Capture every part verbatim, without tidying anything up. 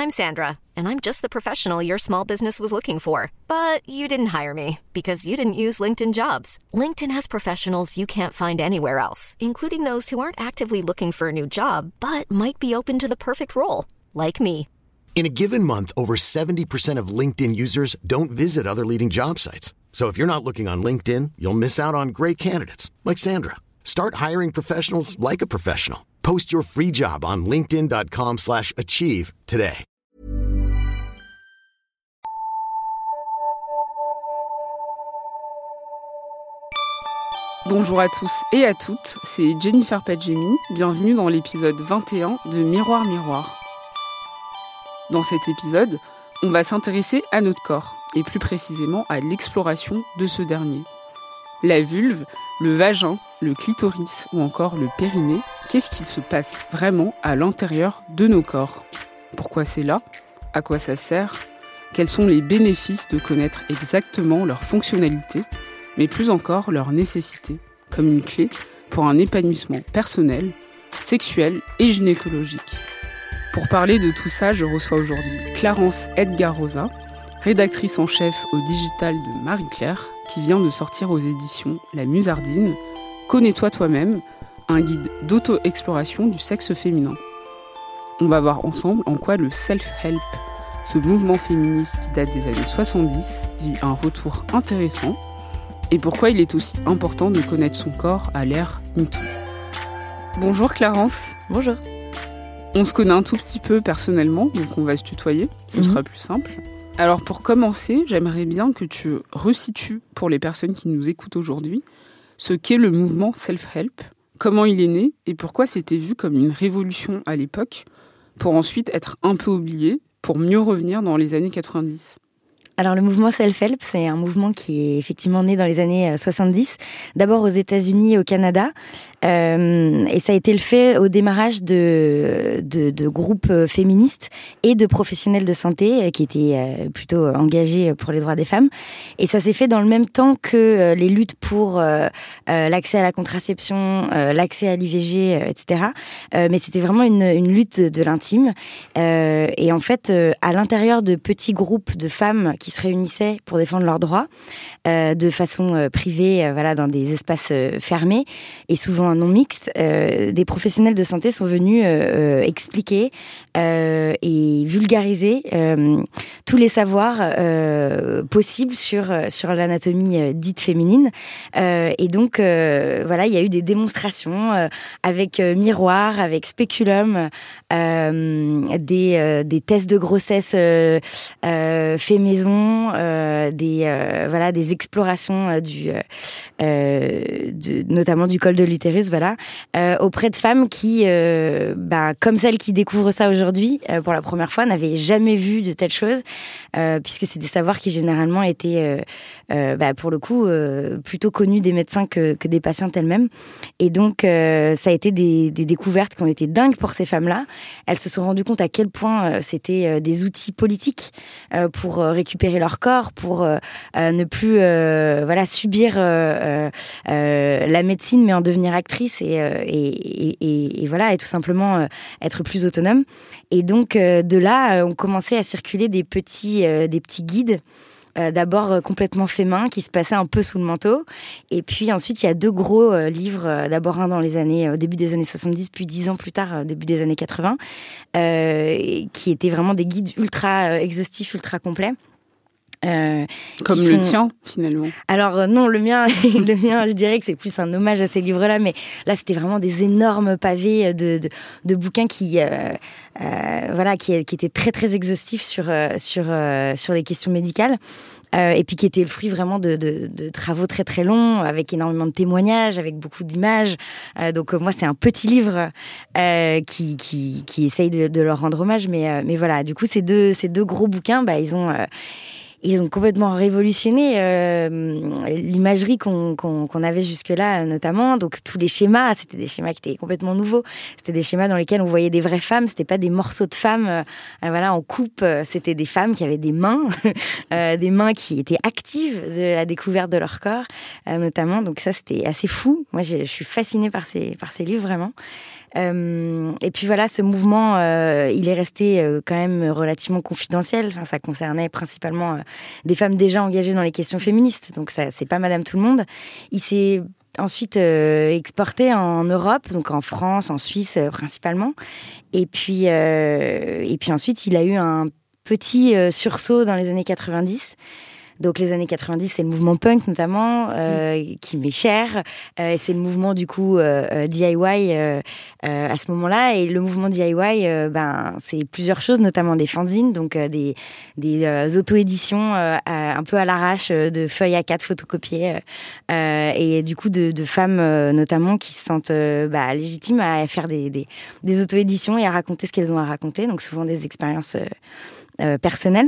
I'm Sandra, and I'm just the professional your small business was looking for. But you didn't hire me because you didn't use LinkedIn Jobs. LinkedIn has professionals you can't find anywhere else, including those who aren't actively looking for a new job, but might be open to the perfect role, like me. In a given month, over seventy percent of LinkedIn users don't visit other leading job sites. So if you're not looking on LinkedIn, you'll miss out on great candidates like Sandra. Start hiring professionals like a professional. Post your free job on linkedin.com slash achieve today. Bonjour à tous et à toutes, c'est Jennifer Padjemi. Bienvenue dans l'épisode vingt et un de Miroir Miroir. Dans cet épisode, on va s'intéresser à notre corps, et plus précisément à l'exploration de ce dernier. La vulve, le vagin, le clitoris ou encore le périnée, qu'est-ce qu'il se passe vraiment à l'intérieur de nos corps ? Pourquoi c'est là ? À quoi ça sert ? Quels sont les bénéfices de connaître exactement leur fonctionnalité, mais plus encore leur nécessité, comme une clé pour un épanouissement personnel, sexuel et gynécologique ? Pour parler de tout ça, je reçois aujourd'hui Clarence Edgar-Rosa, rédactrice en chef au digital de Marie-Claire, qui vient de sortir aux éditions La Musardine, Connais-toi toi-même, un guide d'auto-exploration du sexe féminin. On va voir ensemble en quoi le self-help, ce mouvement féministe qui date des années soixante-dix, vit un retour intéressant, et pourquoi il est aussi important de connaître son corps à l'ère MeToo. Bonjour Clarence. Bonjour. On se connaît un tout petit peu personnellement, donc on va se tutoyer, ce mmh. sera plus simple. Alors pour commencer, j'aimerais bien que tu resitues pour les personnes qui nous écoutent aujourd'hui ce qu'est le mouvement self-help, comment il est né et pourquoi c'était vu comme une révolution à l'époque, pour ensuite être un peu oublié, pour mieux revenir dans les années quatre-vingt-dix. Alors le mouvement self-help, c'est un mouvement qui est effectivement né dans les années soixante-dix, d'abord aux États-Unis et au Canada, euh, et ça a été le fait au démarrage de, de, de groupes féministes et de professionnels de santé qui étaient plutôt engagés pour les droits des femmes. Et ça s'est fait dans le même temps que les luttes pour euh, l'accès à la contraception, euh, l'accès à l'I V G, et cetera. Euh, mais c'était vraiment une, une lutte de, de l'intime. Euh, et en fait, à l'intérieur de petits groupes de femmes qui se réunissaient pour défendre leurs droits euh, de façon euh, privée, euh, voilà, dans des espaces euh, fermés et souvent non mixtes. Euh, des professionnels de santé sont venus euh, expliquer euh, et vulgariser euh, tous les savoirs euh, possibles sur sur l'anatomie euh, dite féminine. Euh, et donc euh, voilà, il y a eu des démonstrations euh, avec euh, miroir, avec spéculum, euh, des euh, des tests de grossesse euh, euh, faits maison. Euh, des euh, voilà des explorations euh, du euh, de, notamment du col de l'utérus, voilà, euh, auprès de femmes qui euh, bah, comme celles qui découvrent ça aujourd'hui euh, pour la première fois n'avaient jamais vu de telles choses, euh, puisque c'est des savoirs qui généralement étaient euh, euh, bah, pour le coup euh, plutôt connus des médecins que, que des patientes elles-mêmes. Et donc euh, ça a été des, des découvertes qui ont été dingues pour ces femmes-là. Elles se sont rendues compte à quel point euh, c'était euh, des outils politiques euh, pour euh, récupérer leur corps, pour euh, euh, ne plus euh, voilà subir euh, euh, la médecine, mais en devenir actrice et, euh, et, et, et, et voilà et tout simplement euh, être plus autonome. Et donc euh, de là, euh, on commençait à circuler des petits euh, des petits guides. Euh, d'abord euh, complètement fait main, qui se passaient un peu sous le manteau. Et puis ensuite, il y a deux gros euh, livres. Euh, d'abord un dans les années, au début des années soixante-dix, puis dix ans plus tard, au début des années quatre-vingts, euh, qui étaient vraiment des guides ultra euh, exhaustifs, ultra complets. Euh, Comme le sont... tien, finalement. Alors euh, non, le mien, le mien, je dirais que c'est plus un hommage à ces livres-là, mais là, c'était vraiment des énormes pavés de, de, de bouquins qui, euh, euh, voilà, qui, qui étaient très, très exhaustifs sur, euh, sur, euh, sur les questions médicales. Euh, et puis qui étaient le fruit vraiment de, de, de travaux très très longs, avec énormément de témoignages, avec beaucoup d'images. Euh, donc euh, moi, c'est un petit livre euh, qui, qui, qui essaye de, de leur rendre hommage, mais, euh, mais voilà. Du coup, ces deux, ces deux gros bouquins, bah, ils ont... Euh, Ils ont complètement révolutionné euh, l'imagerie qu'on, qu'on, qu'on avait jusque-là, notamment. Donc, tous les schémas, c'était des schémas qui étaient complètement nouveaux. C'était des schémas dans lesquels on voyait des vraies femmes. C'était pas des morceaux de femmes, euh, voilà, en coupe. C'était des femmes qui avaient des mains, euh, des mains qui étaient actives de la découverte de leur corps, euh, notamment. Donc, ça, c'était assez fou. Moi, je, je suis fascinée par ces, par ces livres, vraiment. Euh, et puis voilà, ce mouvement, euh, il est resté euh, quand même relativement confidentiel. Enfin, ça concernait principalement euh, des femmes déjà engagées dans les questions féministes. Donc ça, c'est pas Madame Tout-le-Monde. Il s'est ensuite euh, exporté en Europe, donc en France, en Suisse euh, principalement. Et puis, euh, et puis ensuite, il a eu un petit euh, sursaut dans les années quatre-vingt-dix. Donc les années quatre-vingt-dix, c'est le mouvement punk notamment, euh, mmh. qui m'est cher. Euh, et c'est le mouvement du coup euh, D I Y euh, euh, à ce moment-là. Et le mouvement D I Y, euh, ben c'est plusieurs choses, notamment des fanzines, donc euh, des des euh, auto-éditions euh, à, un peu à l'arrache euh, de feuilles A quatre photocopiées, euh, et du coup de, de femmes euh, notamment qui se sentent euh, bah, légitimes à faire des des, des auto-éditions et à raconter ce qu'elles ont à raconter. Donc souvent des expériences euh, euh, personnelles.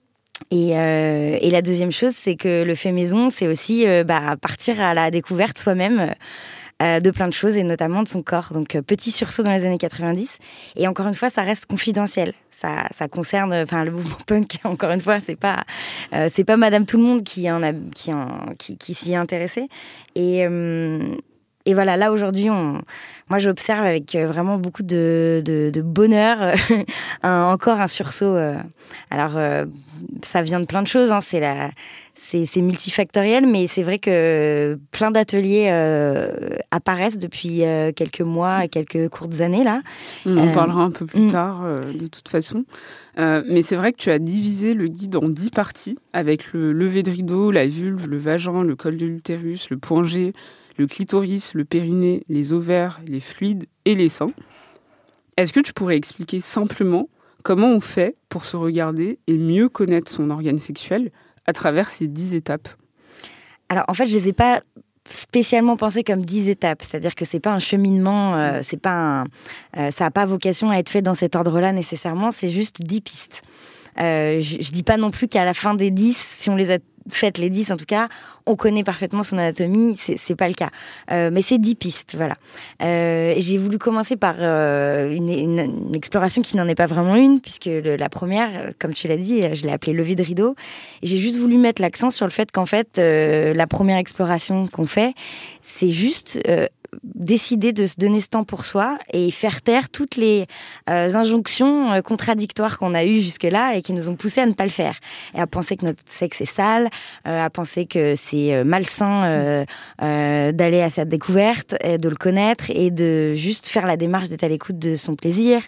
Et, euh, et la deuxième chose, c'est que le fait maison, c'est aussi euh, bah, partir à la découverte soi-même euh, de plein de choses, et notamment de son corps. Donc, euh, petit sursaut dans les années quatre-vingt-dix. Et encore une fois, ça reste confidentiel. Ça, ça concerne, enfin, le mouvement punk. Encore une fois, c'est pas, euh, c'est pas Madame Tout-le-Monde qui en a, qui en, qui, qui s'y est intéressée. Et euh, Et voilà, là aujourd'hui, on... moi j'observe avec vraiment beaucoup de, de, de bonheur un, encore un sursaut. Alors, euh, ça vient de plein de choses, hein. c'est, la... c'est, c'est multifactoriel, mais c'est vrai que plein d'ateliers euh, apparaissent depuis euh, quelques mois et quelques courtes années là. On en euh... parlera un peu plus mm. tard, euh, de toute façon. Euh, mais c'est vrai que tu as divisé le guide en dix parties, avec le lever de rideau, la vulve, le vagin, le col de l'utérus, le point G, le clitoris, le périnée, les ovaires, les fluides et les seins. Est-ce que tu pourrais expliquer simplement comment on fait pour se regarder et mieux connaître son organe sexuel à travers ces dix étapes ? Alors, en fait, je ne les ai pas spécialement pensées comme dix étapes. C'est-à-dire que ce n'est pas un cheminement, euh, c'est pas un, euh, ça n'a pas vocation à être fait dans cet ordre-là nécessairement, c'est juste dix pistes. Euh, je ne dis pas non plus qu'à la fin des dix, si on les a faites les dix en tout cas, on connaît parfaitement son anatomie, c'est, c'est pas le cas. Euh, mais c'est dix pistes, voilà. Euh, j'ai voulu commencer par euh, une, une, une exploration qui n'en est pas vraiment une, puisque le, la première, comme tu l'as dit, je l'ai appelée lever de rideau. Et j'ai juste voulu mettre l'accent sur le fait qu'en fait, euh, la première exploration qu'on fait, c'est juste... Euh, décider de se donner ce temps pour soi et faire taire toutes les euh, injonctions euh, contradictoires qu'on a eues jusque-là et qui nous ont poussé à ne pas le faire. Et à penser que notre sexe est sale, euh, à penser que c'est euh, malsain euh, euh, d'aller à sa découverte, et de le connaître et de juste faire la démarche d'être à l'écoute de son plaisir.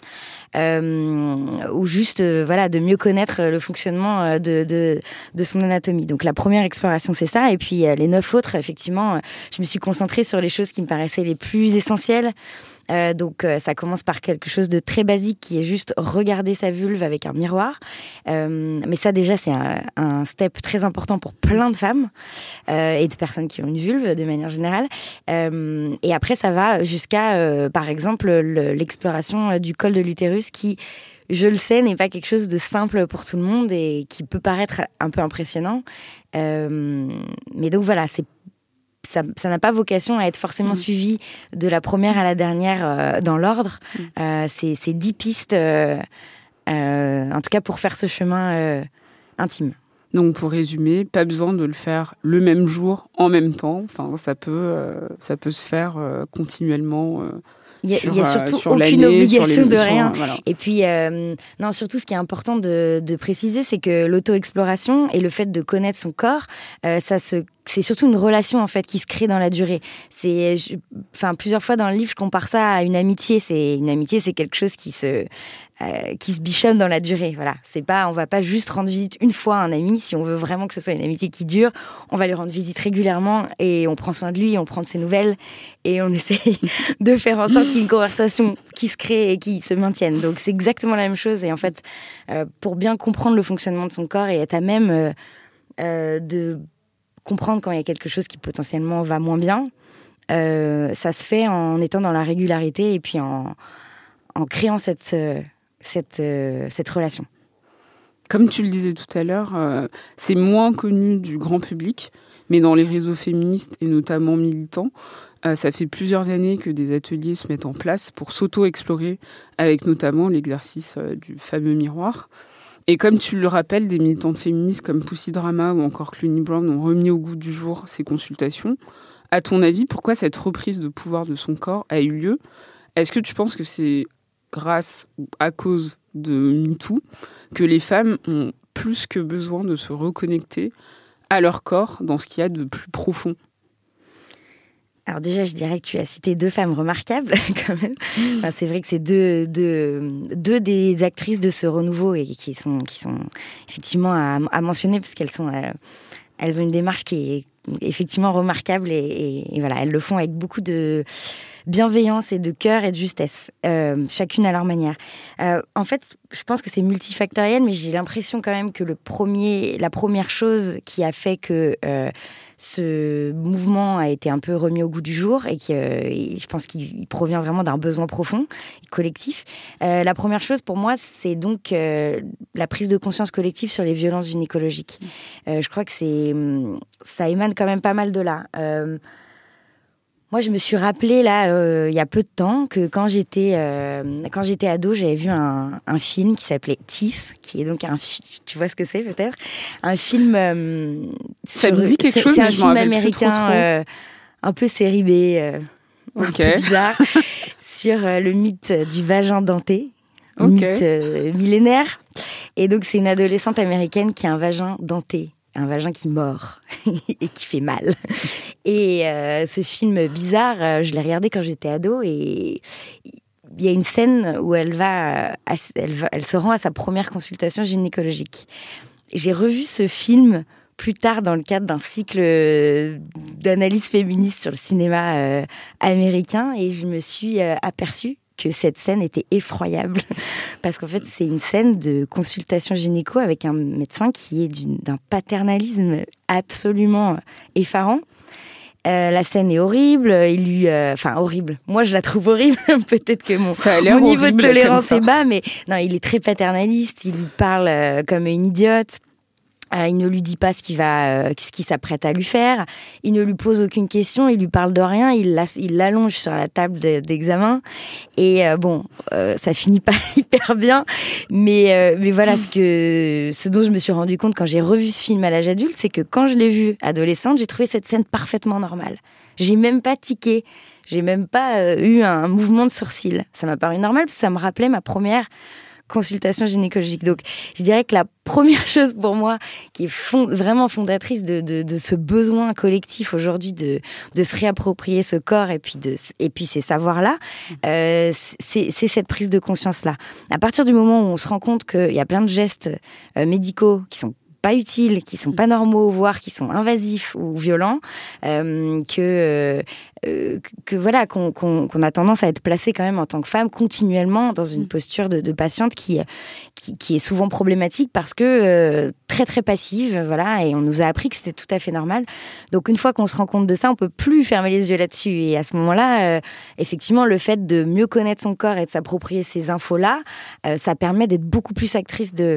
Euh, ou juste euh, voilà, de mieux connaître le fonctionnement de, de, de son anatomie. Donc la première exploration, c'est ça. Et puis euh, les neuf autres, effectivement, euh, je me suis concentrée sur les choses qui me paraissaient les plus essentielles. Euh, donc euh, ça commence par quelque chose de très basique qui est juste regarder sa vulve avec un miroir. Euh, mais ça déjà c'est un, un step très important pour plein de femmes euh, et de personnes qui ont une vulve de manière générale. Euh, et après ça va jusqu'à euh, par exemple le, l'exploration du col de l'utérus qui, je le sais, n'est pas quelque chose de simple pour tout le monde et qui peut paraître un peu impressionnant. Euh, mais donc voilà, c'est Ça, ça n'a pas vocation à être forcément mmh. suivi de la première à la dernière euh, dans l'ordre. Mmh. Euh, c'est, c'est dix pistes, euh, euh, en tout cas pour faire ce chemin euh, intime. Donc pour résumer, pas besoin de le faire le même jour, en même temps. Enfin, ça peut, euh, ça peut se faire euh, continuellement. Euh, Il y a, sur, il y a surtout sur aucune obligation les, de sur, rien. Voilà. Et puis, euh, non, surtout, ce qui est important de, de préciser, c'est que l'auto-exploration et le fait de connaître son corps, euh, ça se c'est surtout une relation en fait qui se crée dans la durée. C'est, je, enfin, plusieurs fois dans le livre, je compare ça à une amitié. C'est une amitié, c'est quelque chose qui se euh, qui se bichonne dans la durée. Voilà, c'est pas, on va pas juste rendre visite une fois à un ami. Si on veut vraiment que ce soit une amitié qui dure, on va lui rendre visite régulièrement et on prend soin de lui, on prend de ses nouvelles et on essaye de faire en sorte qu'il y ait une conversation qui se crée et qui se maintienne. Donc c'est exactement la même chose. Et en fait, euh, pour bien comprendre le fonctionnement de son corps et être à même euh, euh, de comprendre quand il y a quelque chose qui potentiellement va moins bien, euh, ça se fait en étant dans la régularité et puis en, en créant cette, euh, cette, euh, cette relation. Comme tu le disais tout à l'heure, euh, c'est moins connu du grand public, mais dans les réseaux féministes et notamment militants, euh, ça fait plusieurs années que des ateliers se mettent en place pour s'auto-explorer, avec notamment l'exercice euh, du fameux miroir. Et comme tu le rappelles, des militantes féministes comme Pussy Drama ou encore Cluny Brown ont remis au goût du jour ces consultations. À ton avis, pourquoi cette reprise de pouvoir de son corps a eu lieu ? Est-ce que tu penses que c'est grâce ou à cause de MeToo que les femmes ont plus que besoin de se reconnecter à leur corps dans ce qu'il y a de plus profond? Alors déjà, je dirais que tu as cité deux femmes remarquables, quand même. Enfin, c'est vrai que c'est deux, deux, deux des actrices de ce renouveau et qui sont, qui sont effectivement à, à mentionner parce qu'elles sont, euh, elles ont une démarche qui est effectivement remarquable et, et, et voilà, elles le font avec beaucoup de bienveillance et de cœur et de justesse, euh, chacune à leur manière. Euh, en fait, je pense que c'est multifactoriel, mais j'ai l'impression quand même que le premier, la première chose qui a fait que euh, ce mouvement a été un peu remis au goût du jour et que euh, je pense qu'il provient vraiment d'un besoin profond, collectif. Euh, la première chose pour moi, c'est donc euh, la prise de conscience collective sur les violences gynécologiques. Euh, je crois que c'est, ça émane quand même pas mal de là. Euh, Moi, je me suis rappelé, là, euh, il y a peu de temps, que quand j'étais, euh, quand j'étais ado, j'avais vu un, un film qui s'appelait Teeth, qui est donc un... Tu vois ce que c'est, peut-être? Un film... Euh, Ça sur, me dit quelque c'est, chose, c'est mais un je film m'en rappelle plus américain, trop, trop. Euh, un peu série B, euh, Okay. un peu bizarre, sur euh, le mythe du vagin denté, Okay. mythe euh, millénaire. Et donc, c'est une adolescente américaine qui a un vagin denté. Un vagin qui mord et qui fait mal. Et euh, ce film bizarre, euh, je l'ai regardé quand j'étais ado et il y a une scène où elle va, à, elle va, elle se rend à sa première consultation gynécologique. J'ai revu ce film plus tard dans le cadre d'un cycle d'analyse féministe sur le cinéma euh, américain et je me suis euh, aperçue que cette scène était effroyable parce qu'en fait c'est une scène de consultation gynéco avec un médecin qui est d'une, d'un paternalisme absolument effarant. Euh, la scène est horrible, il lui, euh, enfin horrible. Moi je la trouve horrible. Peut-être que mon, mon niveau de tolérance est bas, mais non, il est très paternaliste. Il lui parle euh, comme une idiote. Euh, il ne lui dit pas ce qu'il va, euh, ce qu'il s'apprête à lui faire. Il ne lui pose aucune question. Il lui parle de rien. Il, la, il l'allonge sur la table de, d'examen. Et euh, bon, euh, ça finit pas hyper bien. Mais, euh, mais voilà, ce que, ce dont je me suis rendu compte quand j'ai revu ce film à l'âge adulte, c'est que quand je l'ai vu adolescente, j'ai trouvé cette scène parfaitement normale. J'ai même pas tiqué. J'ai même pas euh, eu un mouvement de sourcil. Ça m'a paru normal parce que ça me rappelait ma première consultation gynécologique. Donc, je dirais que la première chose pour moi qui est fond, vraiment fondatrice de, de, de ce besoin collectif aujourd'hui de, de se réapproprier ce corps et puis, de, et puis ces savoirs-là, euh, c'est, c'est cette prise de conscience-là. À partir du moment où on se rend compte qu'il y a plein de gestes euh, médicaux qui sont pas utiles, qui sont pas normaux, voire qui sont invasifs ou violents, euh, que euh, que voilà qu'on, qu'on qu'on a tendance à être placé quand même en tant que femme continuellement dans une posture de, de patiente qui qui qui est souvent problématique parce que euh, très très passive, voilà, et on nous a appris que c'était tout à fait normal. Donc une fois qu'on se rend compte de ça, on peut plus fermer les yeux là-dessus. Et à ce moment-là, euh, effectivement, le fait de mieux connaître son corps et de s'approprier ces infos-là, euh, ça permet d'être beaucoup plus actrice de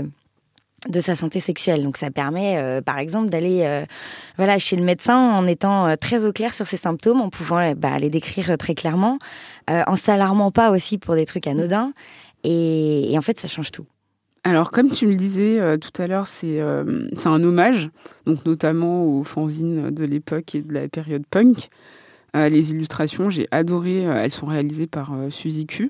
de sa santé sexuelle. Donc ça permet, euh, par exemple, d'aller euh, voilà, chez le médecin en étant euh, très au clair sur ses symptômes, en pouvant bah, les décrire euh, très clairement, euh, en s'alarmant pas aussi pour des trucs anodins. Et, et en fait, ça change tout. Alors, comme tu me disais euh, tout à l'heure, c'est, euh, c'est un hommage, donc notamment aux fanzines de l'époque et de la période punk. Euh, les illustrations, j'ai adoré, euh, elles sont réalisées par euh, Suzy Q.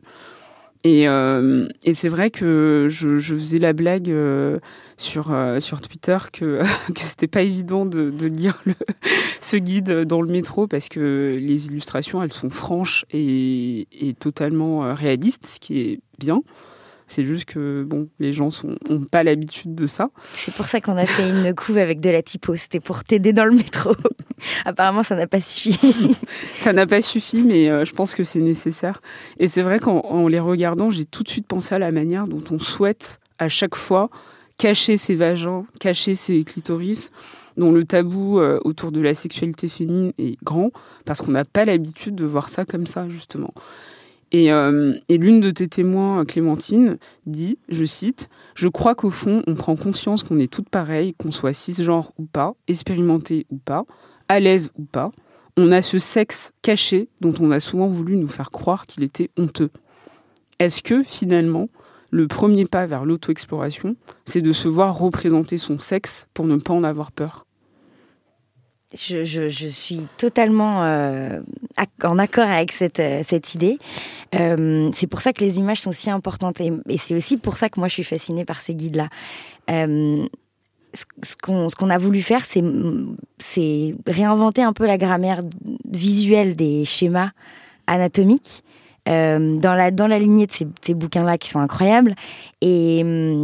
Et, euh, et c'est vrai que je, je faisais la blague euh, sur, euh, sur Twitter que, que c'était pas évident de, de lire le, ce guide dans le métro parce que les illustrations, elles sont franches et, et totalement réalistes, ce qui est bien. C'est juste que bon, les gens n'ont pas l'habitude de ça. C'est pour ça qu'on a fait une couve avec de la typo. C'était pour t'aider dans le métro. Apparemment, ça n'a pas suffi. Ça n'a pas suffi, mais euh, je pense que c'est nécessaire. Et c'est vrai qu'en en les regardant, j'ai tout de suite pensé à la manière dont on souhaite à chaque fois cacher ses vagins, cacher ses clitoris, dont le tabou euh, autour de la sexualité féminine est grand, parce qu'on n'a pas l'habitude de voir ça comme ça, justement. Et, euh, et l'une de tes témoins, Clémentine, dit, je cite, « Je crois qu'au fond, on prend conscience qu'on est toutes pareilles, qu'on soit cisgenre ou pas, expérimenté ou pas, à l'aise ou pas. On a ce sexe caché dont on a souvent voulu nous faire croire qu'il était honteux. » Est-ce que, finalement, le premier pas vers l'auto-exploration, c'est de se voir représenter son sexe pour ne pas en avoir peur ? Je, je, je suis totalement euh, en accord avec cette, cette idée. Euh, c'est pour ça que les images sont si importantes. Et, et c'est aussi pour ça que moi, je suis fascinée par ces guides-là. Euh, ce, qu'on, ce qu'on a voulu faire, c'est, c'est réinventer un peu la grammaire visuelle des schémas anatomiques. Euh, dans la dans la lignée de ces, ces bouquins-là qui sont incroyables. Et,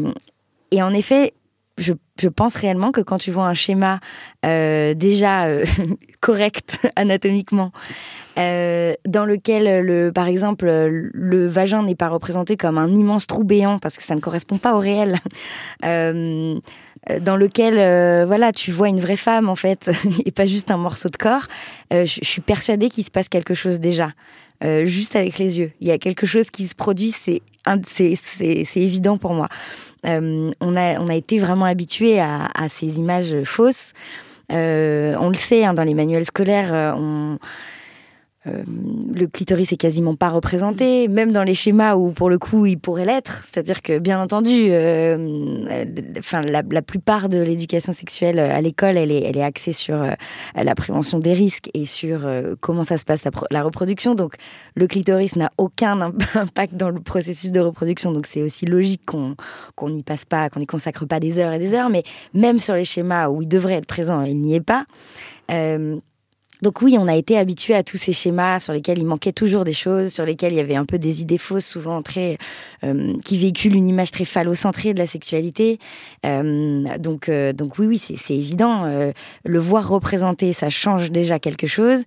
et en effet, je, je pense réellement que quand tu vois un schéma euh, déjà euh, correct anatomiquement, euh, dans lequel, le, par exemple, le vagin n'est pas représenté comme un immense trou béant, parce que ça ne correspond pas au réel, euh, dans lequel euh, voilà, tu vois une vraie femme, en fait, et pas juste un morceau de corps, euh, je, je suis persuadée qu'il se passe quelque chose déjà. Euh, juste avec les yeux. Il y a quelque chose qui se produit, c'est, c'est, c'est, c'est évident pour moi. Euh, on, a, on a été vraiment habitués à, à ces images fausses. Euh, on le sait, hein, dans les manuels scolaires, euh, on... Euh, le clitoris est quasiment pas représenté, même dans les schémas où pour le coup il pourrait l'être. C'est-à-dire que bien entendu, euh, enfin la, la plupart de l'éducation sexuelle à l'école, elle est, elle est axée sur euh, la prévention des risques et sur euh, comment ça se passe la, la reproduction. Donc le clitoris n'a aucun impact dans le processus de reproduction. Donc c'est aussi logique qu'on qu'on n'y passe pas, qu'on n'y consacre pas des heures et des heures. Mais même sur les schémas où il devrait être présent, il n'y est pas. Euh, Donc oui, on a été habitué à tous ces schémas sur lesquels il manquait toujours des choses, sur lesquels il y avait un peu des idées fausses, souvent très euh, qui véhiculent une image très phallocentrée de la sexualité. Euh, donc euh, donc oui oui, c'est, c'est évident. Euh, le voir représenté, ça change déjà quelque chose.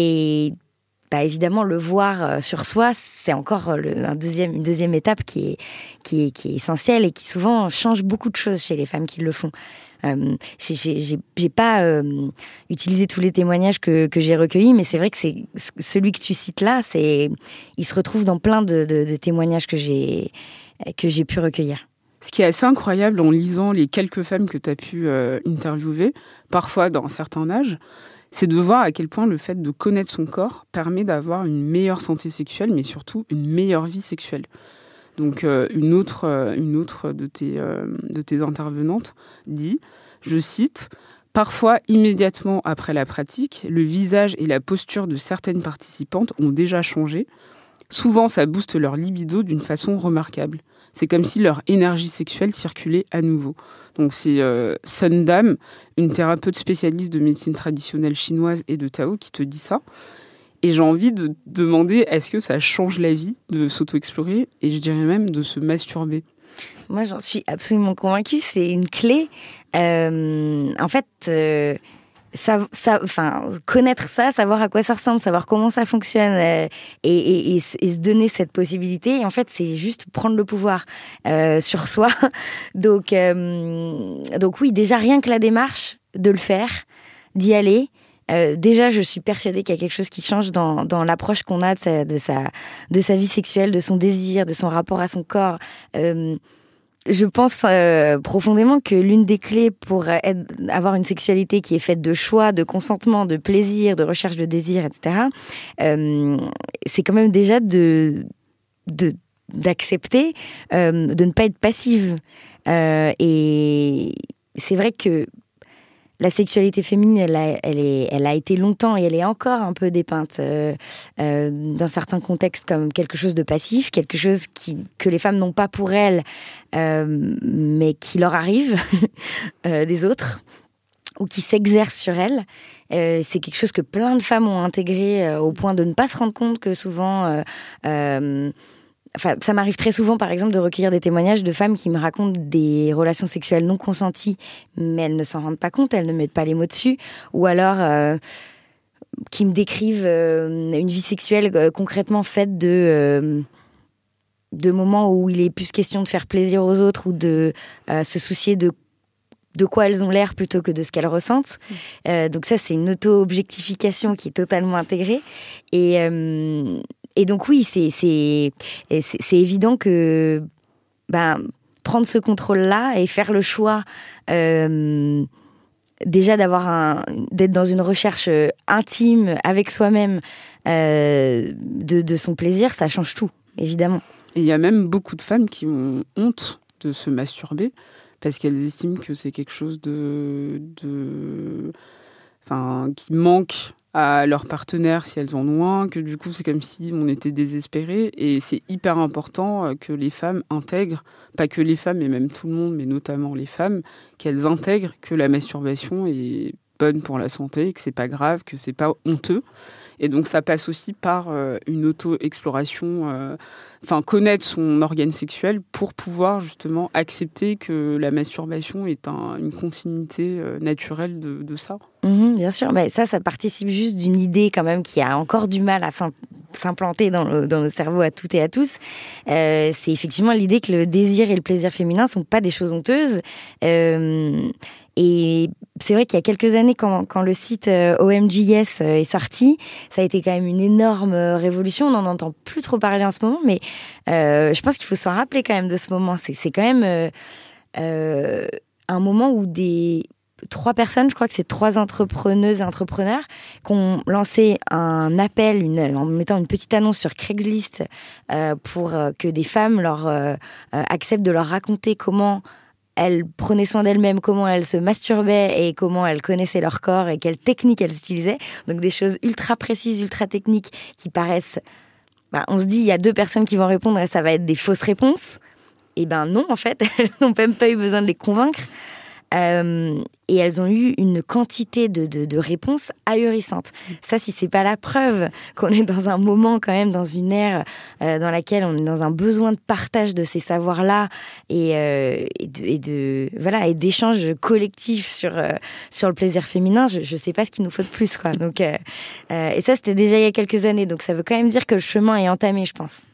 Et bah évidemment, le voir sur soi, c'est encore le, un deuxième, une deuxième étape qui est qui est qui est essentielle et qui souvent change beaucoup de choses chez les femmes qui le font. Euh, j'ai, j'ai, j'ai pas euh, utilisé tous les témoignages que, que j'ai recueillis, mais c'est vrai que c'est celui que tu cites là, c'est, il se retrouve dans plein de, de, de témoignages que j'ai, que j'ai pu recueillir. Ce qui est assez incroyable en lisant les quelques femmes que tu as pu euh, interviewer, parfois dans un certain âge, c'est de voir à quel point le fait de connaître son corps permet d'avoir une meilleure santé sexuelle, mais surtout une meilleure vie sexuelle. Donc euh, une autre, euh, une autre de, tes, euh, de tes intervenantes dit, je cite, « Parfois, immédiatement après la pratique, le visage et la posture de certaines participantes ont déjà changé. Souvent, ça booste leur libido d'une façon remarquable. C'est comme si leur énergie sexuelle circulait à nouveau. » Donc c'est euh, Sun Dam, une thérapeute spécialiste de médecine traditionnelle chinoise et de Tao, qui te dit ça. Et j'ai envie de demander, est-ce que ça change la vie de s'auto-explorer et je dirais même de se masturber ? Moi, j'en suis absolument convaincue. C'est une clé. Euh, en fait, euh, ça, ça, enfin, connaître ça, savoir à quoi ça ressemble, savoir comment ça fonctionne euh, et, et, et, et se donner cette possibilité. Et en fait, c'est juste prendre le pouvoir euh, sur soi. Donc, euh, donc oui, déjà, rien que la démarche de le faire, d'y aller, Euh, déjà, je suis persuadée qu'il y a quelque chose qui change dans, dans l'approche qu'on a de sa, de, sa, de sa vie sexuelle, de son désir, de son rapport à son corps. Euh, je pense euh, profondément que l'une des clés pour être, avoir une sexualité qui est faite de choix, de consentement, de plaisir, de recherche de désir, et cetera, euh, c'est quand même déjà de, de, d'accepter euh, de ne pas être passive. Euh, et c'est vrai que la sexualité féminine, elle a, elle, est, elle a été longtemps et elle est encore un peu dépeinte euh, euh, dans certains contextes comme quelque chose de passif, quelque chose qui, que les femmes n'ont pas pour elles, euh, mais qui leur arrive euh, des autres, ou qui s'exerce sur elles. Euh, c'est quelque chose que plein de femmes ont intégré euh, au point de ne pas se rendre compte que souvent... Euh, euh, Enfin, ça m'arrive très souvent, par exemple, de recueillir des témoignages de femmes qui me racontent des relations sexuelles non consenties, mais elles ne s'en rendent pas compte, elles ne mettent pas les mots dessus, ou alors euh, qui me décrivent euh, une vie sexuelle euh, concrètement faite de, euh, de moments où il est plus question de faire plaisir aux autres ou de euh, se soucier de de quoi elles ont l'air plutôt que de ce qu'elles ressentent. Mmh. Euh, donc ça, c'est une auto-objectification qui est totalement intégrée. Et... Euh, Et donc oui, c'est, c'est, c'est, c'est évident que ben, prendre ce contrôle-là et faire le choix euh, déjà d'avoir un, d'être dans une recherche intime avec soi-même euh, de, de son plaisir, ça change tout, évidemment. Et il y a même beaucoup de femmes qui ont honte de se masturber parce qu'elles estiment que c'est quelque chose de, de, enfin, qui manque à leurs partenaires si elles en ont un, que du coup c'est comme si on était désespérés. Et c'est hyper important que les femmes intègrent, pas que les femmes, mais même tout le monde, mais notamment les femmes, qu'elles intègrent que la masturbation est bonne pour la santé, que c'est pas grave, que c'est pas honteux. Et donc ça passe aussi par euh, une auto-exploration, euh, enfin connaître son organe sexuel pour pouvoir justement accepter que la masturbation est un, une continuité euh, naturelle de, de ça. Mmh, bien sûr, mais ça, ça participe juste d'une idée quand même qui a encore du mal à s'implanter dans, le, dans nos cerveaux à toutes et à tous. Euh, c'est effectivement l'idée que le désir et le plaisir féminin sont pas des choses honteuses. Euh, Et c'est vrai qu'il y a quelques années, quand, quand le site O M G Yes est sorti, ça a été quand même une énorme révolution. On n'en entend plus trop parler en ce moment, mais euh, je pense qu'il faut s'en rappeler quand même de ce moment. C'est, c'est quand même euh, euh, un moment où des trois personnes, je crois que c'est trois entrepreneuses et entrepreneurs, qui ont lancé un appel une, en mettant une petite annonce sur Craigslist euh, pour euh, que des femmes leur euh, euh, acceptent de leur raconter comment elles prenaient soin d'elles-mêmes, comment elles se masturbaient et comment elles connaissaient leur corps et quelles techniques elles utilisaient. Donc des choses ultra précises, ultra techniques qui paraissent... Bah, on se dit, il y a deux personnes qui vont répondre et ça va être des fausses réponses. Et ben non, en fait, elles n'ont même pas eu besoin de les convaincre. Euh, et elles ont eu une quantité de, de, de réponses ahurissantes. Ça, si c'est pas la preuve qu'on est dans un moment quand même, dans une ère euh, dans laquelle on est dans un besoin de partage de ces savoirs-là et, euh, et, de, et de voilà et d'échanges collectifs sur euh, sur le plaisir féminin, je, je sais pas ce qu'il nous faut de plus, quoi. Donc euh, euh, et ça, c'était déjà il y a quelques années. Donc ça veut quand même dire que le chemin est entamé, je pense.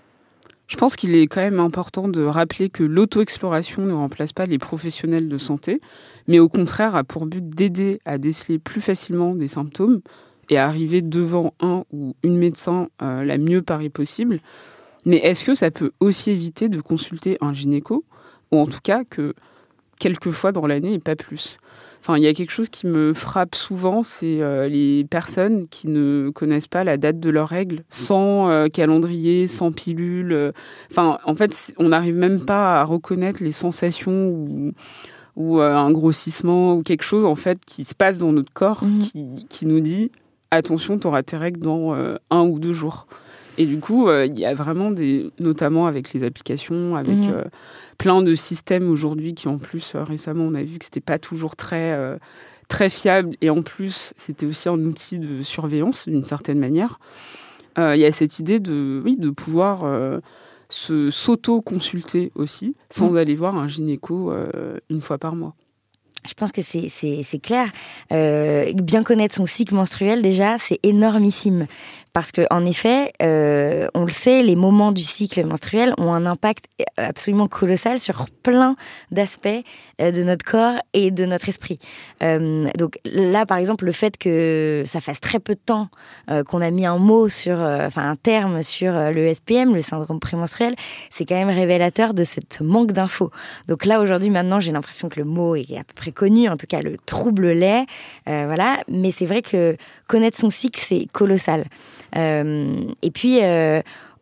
Je pense qu'il est quand même important de rappeler que l'auto-exploration ne remplace pas les professionnels de santé, mais au contraire a pour but d'aider à déceler plus facilement des symptômes et à arriver devant un ou une médecin euh, la mieux parée possible. Mais est-ce que ça peut aussi éviter de consulter un gynéco, ou en tout cas que quelques fois dans l'année et pas plus ? Enfin, il y a quelque chose qui me frappe souvent, c'est euh, les personnes qui ne connaissent pas la date de leurs règles, sans euh, calendrier, sans pilule. Euh, enfin, en fait, on n'arrive même pas à reconnaître les sensations ou, ou euh, un grossissement ou quelque chose en fait qui se passe dans notre corps, mmh. qui, qui nous dit « attention, tu auras tes règles dans euh, un ou deux jours ». Et du coup, il euh, y a vraiment des, notamment avec les applications, avec mmh. euh, plein de systèmes aujourd'hui qui en plus euh, récemment on a vu que c'était pas toujours très euh, très fiable et en plus c'était aussi un outil de surveillance d'une certaine manière. Il euh, y a cette idée de oui de pouvoir euh, se s'auto-consulter aussi sans mmh. aller voir un gynéco euh, une fois par mois. Je pense que c'est, c'est, c'est clair. Euh, bien connaître son cycle menstruel, déjà, c'est énormissime. Parce que, en effet, euh, on le sait, les moments du cycle menstruel ont un impact absolument colossal sur plein d'aspects euh, de notre corps et de notre esprit. Euh, donc là, par exemple, le fait que ça fasse très peu de temps euh, qu'on a mis un mot sur, euh, enfin un terme sur euh, le S P M, le syndrome prémenstruel, c'est quand même révélateur de cette manque d'infos. Donc là, aujourd'hui, maintenant, j'ai l'impression que le mot est à peu près connu, en tout cas le trouble l'est, euh, voilà. Mais c'est vrai que connaître son cycle, c'est colossal. Euh, et puis, euh,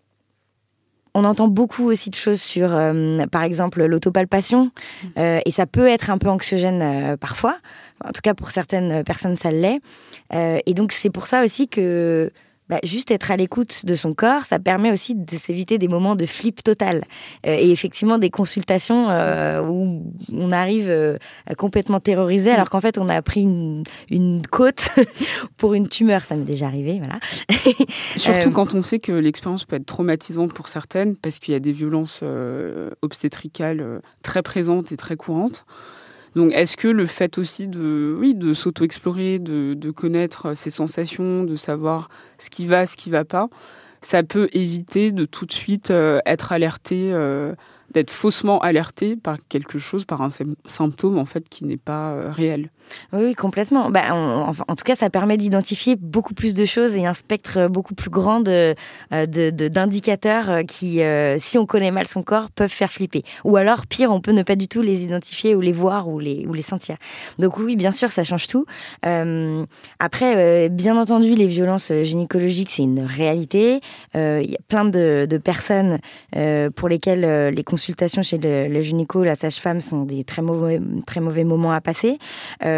on entend beaucoup aussi de choses sur, euh, par exemple, l'autopalpation. Euh, et ça peut être un peu anxiogène euh, parfois. En tout cas, pour certaines personnes, ça l'est. Euh, et donc, c'est pour ça aussi que bah, juste être à l'écoute de son corps, ça permet aussi de s'éviter des moments de flip total. Euh, et effectivement, des consultations euh, où on arrive euh, complètement terrorisé, alors qu'en fait, on a pris une, une côte pour une tumeur. Ça m'est déjà arrivé, voilà. Surtout euh, quand on sait que l'expérience peut être traumatisante pour certaines, parce qu'il y a des violences euh, obstétricales euh, très présentes et très courantes. Donc, est-ce que le fait aussi de, oui, de s'auto-explorer, de, de connaître ses sensations, de savoir ce qui va, ce qui va pas, ça peut éviter de tout de suite euh, être alerté, euh, d'être faussement alerté par quelque chose, par un symptôme en fait qui n'est pas euh, réel. Oui, oui, complètement. Bah, on, en, en tout cas, ça permet d'identifier beaucoup plus de choses et un spectre beaucoup plus grand de, de, de, d'indicateurs qui, euh, si on connaît mal son corps, peuvent faire flipper. Ou alors, pire, on peut ne pas du tout les identifier ou les voir ou les, ou les sentir. Donc oui, bien sûr, ça change tout. Euh, après, euh, bien entendu, les violences gynécologiques, c'est une réalité. Euh, il y a plein de, de personnes euh, pour lesquelles euh, les consultations chez le, le gynéco, la sage-femme, sont des très mauvais, très mauvais moments à passer. Euh,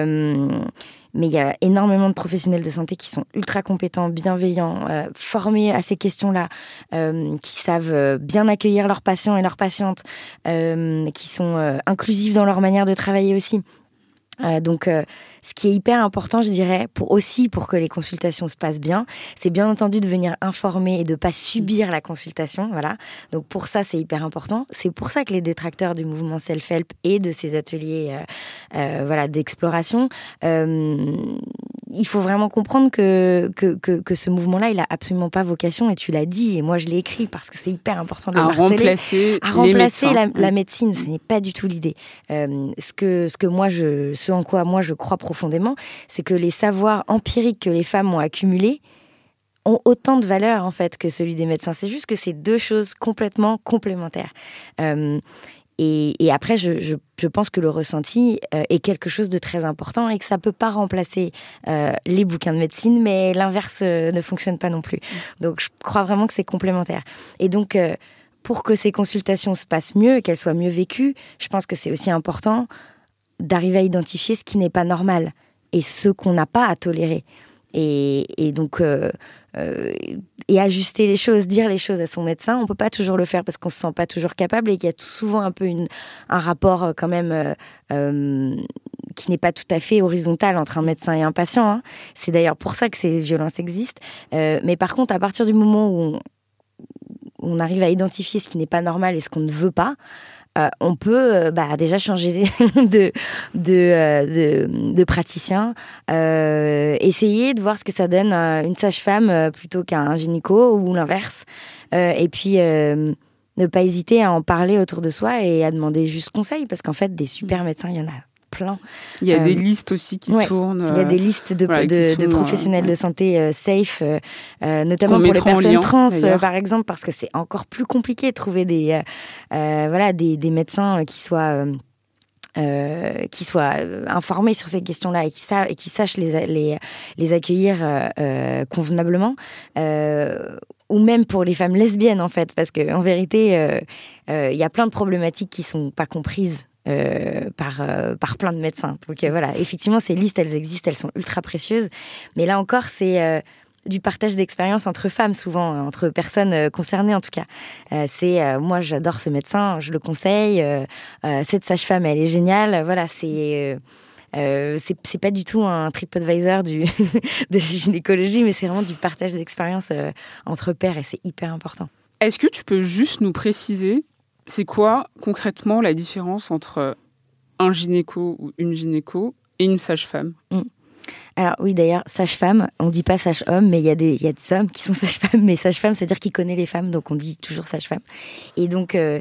Euh, mais il y a énormément de professionnels de santé qui sont ultra compétents, bienveillants, euh, formés à ces questions-là, euh, qui savent bien accueillir leurs patients et leurs patientes, euh, qui sont euh, inclusifs dans leur manière de travailler aussi. Euh, donc, euh, ce qui est hyper important, je dirais, pour aussi pour que les consultations se passent bien, c'est bien entendu de venir informer et de pas subir la consultation, voilà. Donc pour ça, c'est hyper important. C'est pour ça que les détracteurs du mouvement self-help et de ces ateliers, euh, euh, voilà, d'exploration, euh, il faut vraiment comprendre que, que que que ce mouvement-là, il a absolument pas vocation, et tu l'as dit, et moi je l'ai écrit parce que c'est hyper important de le à marteler, remplacer à remplacer la, mmh. la médecine. Ce n'est pas du tout l'idée. Euh, ce que ce que moi je, ce en quoi moi je crois profondément, c'est que les savoirs empiriques que les femmes ont accumulés ont autant de valeur en fait que celui des médecins. C'est juste que c'est deux choses complètement complémentaires. Euh, et, et après, je, je, je pense que le ressenti euh, est quelque chose de très important et que ça peut pas remplacer euh, les bouquins de médecine, mais l'inverse euh, ne fonctionne pas non plus. Donc, je crois vraiment que c'est complémentaire. Et donc, euh, pour que ces consultations se passent mieux et qu'elles soient mieux vécues, je pense que c'est aussi important d'arriver à identifier ce qui n'est pas normal et ce qu'on n'a pas à tolérer. Et, et donc, euh, euh, et ajuster les choses, dire les choses à son médecin. On ne peut pas toujours le faire parce qu'on ne se sent pas toujours capable et qu'il y a souvent un peu une, un rapport quand même euh, euh, qui n'est pas tout à fait horizontal entre un médecin et un patient. Hein. C'est d'ailleurs pour ça que ces violences existent. Euh, mais par contre, à partir du moment où on, on arrive à identifier ce qui n'est pas normal et ce qu'on ne veut pas, Euh, on peut euh, bah, déjà changer de, de, euh, de, de praticien, euh, essayer de voir ce que ça donne à une sage-femme euh, plutôt qu'un gynéco ou l'inverse. Euh, et puis, euh, ne pas hésiter à en parler autour de soi et à demander juste conseil, parce qu'en fait, des super médecins, il y en a plein. Il y a euh, des listes aussi qui ouais, tournent. Il y a des listes de, voilà, de, sont, de professionnels euh, de santé euh, safe, euh, euh, notamment pour les personnes lien, trans, euh, par exemple, parce que c'est encore plus compliqué de trouver des, euh, euh, voilà, des, des médecins qui soient... Euh, Euh, qui soient informés sur ces questions-là et qui, sa- et qui sachent les, les, les accueillir euh, euh, convenablement, euh, ou même pour les femmes lesbiennes, en fait, parce qu'en vérité, il euh, euh, y a plein de problématiques qui ne sont pas comprises euh, par, euh, par plein de médecins. Donc euh, voilà, effectivement, ces listes, elles existent, elles sont ultra précieuses, mais là encore, c'est... Euh, du partage d'expérience entre femmes, souvent, entre personnes euh, concernées en tout cas. Euh, c'est, euh, moi j'adore ce médecin, je le conseille, euh, euh, cette sage-femme elle est géniale, voilà, c'est... Euh, Euh, c'est, c'est pas du tout un TripAdvisor du, de gynécologie, mais c'est vraiment du partage d'expérience euh, entre pairs et c'est hyper important. Est-ce que tu peux juste nous préciser, c'est quoi concrètement la différence entre un gynéco ou une gynéco et une sage-femme ? mmh. Alors oui, d'ailleurs, sage-femme, on dit pas sage-homme, mais il y a des, il y a des hommes qui sont sage-femmes, mais sage-femme, c'est-à-dire qu'il connaît les femmes, donc on dit toujours sage-femme. Et donc, euh,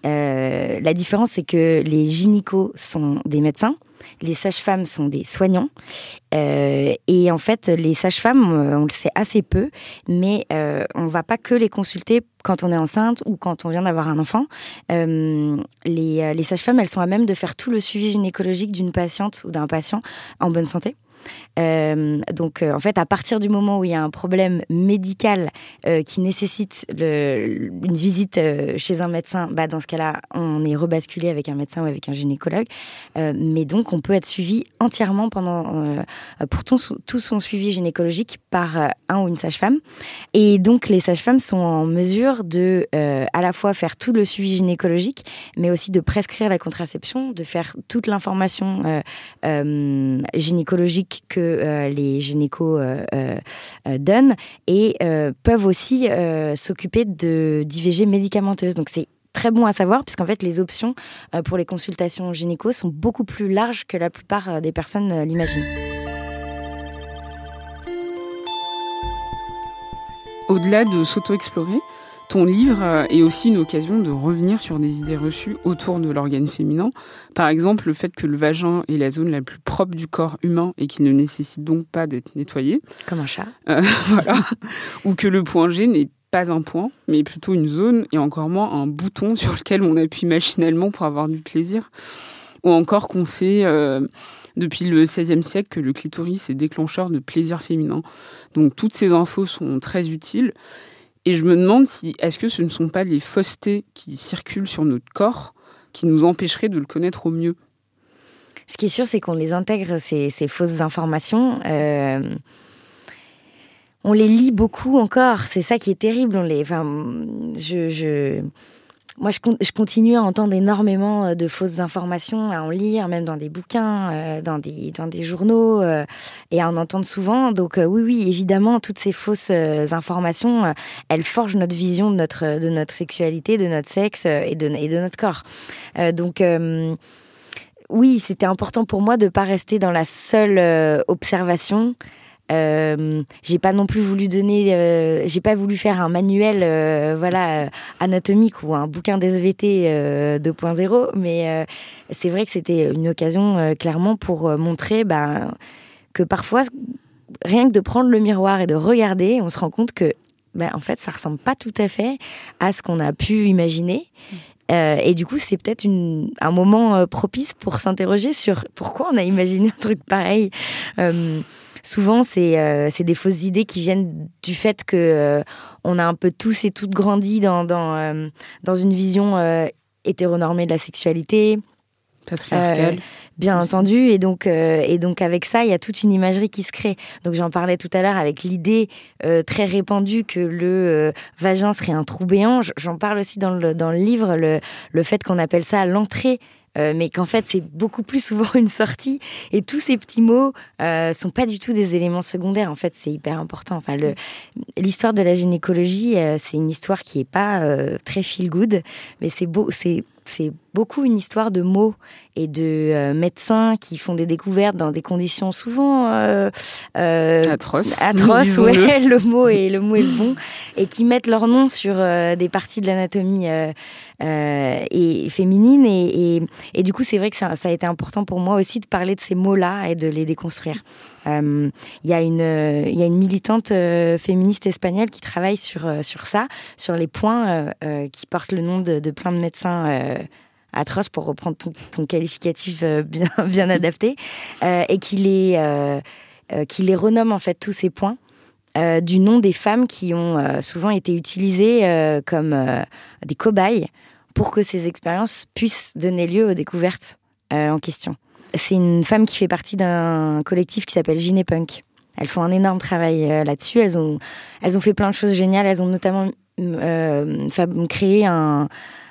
euh, la différence, c'est que les gynécos sont des médecins, les sages-femmes sont des soignants, euh, et en fait, les sages-femmes, on le sait assez peu, mais euh, on va pas que les consulter quand on est enceinte ou quand on vient d'avoir un enfant. Euh, les, les sages-femmes, elles sont à même de faire tout le suivi gynécologique d'une patiente ou d'un patient en bonne santé. Euh, donc, euh, en fait, à partir du moment où il y a un problème médical euh, qui nécessite le, une visite euh, chez un médecin, bah, dans ce cas-là, on est rebasculé avec un médecin ou avec un gynécologue. Euh, mais donc, on peut être suivi entièrement pendant, euh, pour tout, tout son suivi gynécologique par euh, un ou une sage-femme. Et donc, les sages-femmes sont en mesure de, euh, à la fois faire tout le suivi gynécologique, mais aussi de prescrire la contraception, de faire toute l'information euh, euh, gynécologique que euh, les gynécos euh, euh, donnent et euh, peuvent aussi euh, s'occuper de, d'I V G médicamenteuse. Donc c'est très bon à savoir puisqu'en fait les options euh, pour les consultations gynéco sont beaucoup plus larges que la plupart des personnes euh, l'imaginent. Au-delà de s'auto-explorer, ton livre est aussi une occasion de revenir sur des idées reçues autour de l'organe féminin. Par exemple, le fait que le vagin est la zone la plus propre du corps humain et qu'il ne nécessite donc pas d'être nettoyé. Comme un chat. Euh, voilà. Ou que le point G n'est pas un point, mais plutôt une zone et encore moins un bouton sur lequel on appuie machinalement pour avoir du plaisir. Ou encore qu'on sait... Euh, depuis le seizième siècle que le clitoris est déclencheur de plaisir féminin. Donc toutes ces infos sont très utiles. Et je me demande si est-ce que ce ne sont pas les faussetés qui circulent sur notre corps qui nous empêcheraient de le connaître au mieux ? ce qui est sûr, c'est qu'on les intègre, ces, ces fausses informations. Euh, on les lit beaucoup encore. C'est ça qui est terrible. On les, enfin, je, je, moi, je, je continue à entendre énormément de fausses informations, à en lire, même dans des bouquins, euh, dans des, dans des journaux, euh, et à en entendre souvent. Donc, euh, oui, oui, évidemment, toutes ces fausses euh, informations, euh, elles forgent notre vision de notre, de notre sexualité, de notre sexe euh, et, de, et de notre corps. Euh, donc, euh, oui, c'était important pour moi de ne pas rester dans la seule euh, observation. Euh, j'ai pas non plus voulu donner, euh, j'ai pas voulu faire un manuel, euh, voilà, euh, anatomique ou un bouquin d'S V T euh, deux point zéro, mais euh, c'est vrai que c'était une occasion euh, clairement pour euh, montrer ben, que parfois, rien que de prendre le miroir et de regarder, on se rend compte que ben, en fait, ça ressemble pas tout à fait à ce qu'on a pu imaginer. Euh, et du coup, c'est peut-être une, un moment euh, propice pour s'interroger sur pourquoi on a imaginé un truc pareil. Euh, souvent, c'est, euh, c'est des fausses idées qui viennent du fait que euh, on a un peu tous et toutes grandi dans, dans, euh, dans une vision euh, hétéronormée de la sexualité. Patriarcale. Euh, bien aussi. Entendu. Et donc, euh, et donc, avec ça, il y a toute une imagerie qui se crée. Donc, j'en parlais tout à l'heure avec l'idée euh, très répandue que le euh, vagin serait un trou béant. J'en parle aussi dans le, dans le livre, le, le fait qu'on appelle ça l'entrée. Euh, mais qu'en fait, c'est beaucoup plus souvent une sortie. Et tous ces petits mots euh, sont pas du tout des éléments secondaires. En fait, c'est hyper important. Enfin, le, l'histoire de la gynécologie, euh, c'est une histoire qui est pas euh, très feel good, mais c'est beau, c'est c'est beaucoup une histoire de mots et de euh, médecins qui font des découvertes dans des conditions souvent euh, euh, atroces. Atroces, ouais, le mot est le mot est le bon, et qui mettent leur nom sur euh, des parties de l'anatomie euh, euh, et féminine et, et et du coup c'est vrai que ça, ça a été important pour moi aussi de parler de ces mots-là et de les déconstruire. Il euh, y a une il euh, y a une militante euh, féministe espagnole qui travaille sur euh, sur ça, sur les points euh, euh, qui portent le nom de, de plein de médecins euh, atroces, pour reprendre ton, ton qualificatif euh, bien bien adapté, euh, et qui les euh, euh, qui les renomme en fait tous ces points euh, du nom des femmes qui ont euh, souvent été utilisées euh, comme euh, des cobayes pour que ces expériences puissent donner lieu aux découvertes euh, en question. C'est une femme qui fait partie d'un collectif qui s'appelle Gynépunk. Elles font un énorme travail euh, là-dessus. Elles ont, elles ont fait plein de choses géniales. Elles ont notamment euh, fab- créé un,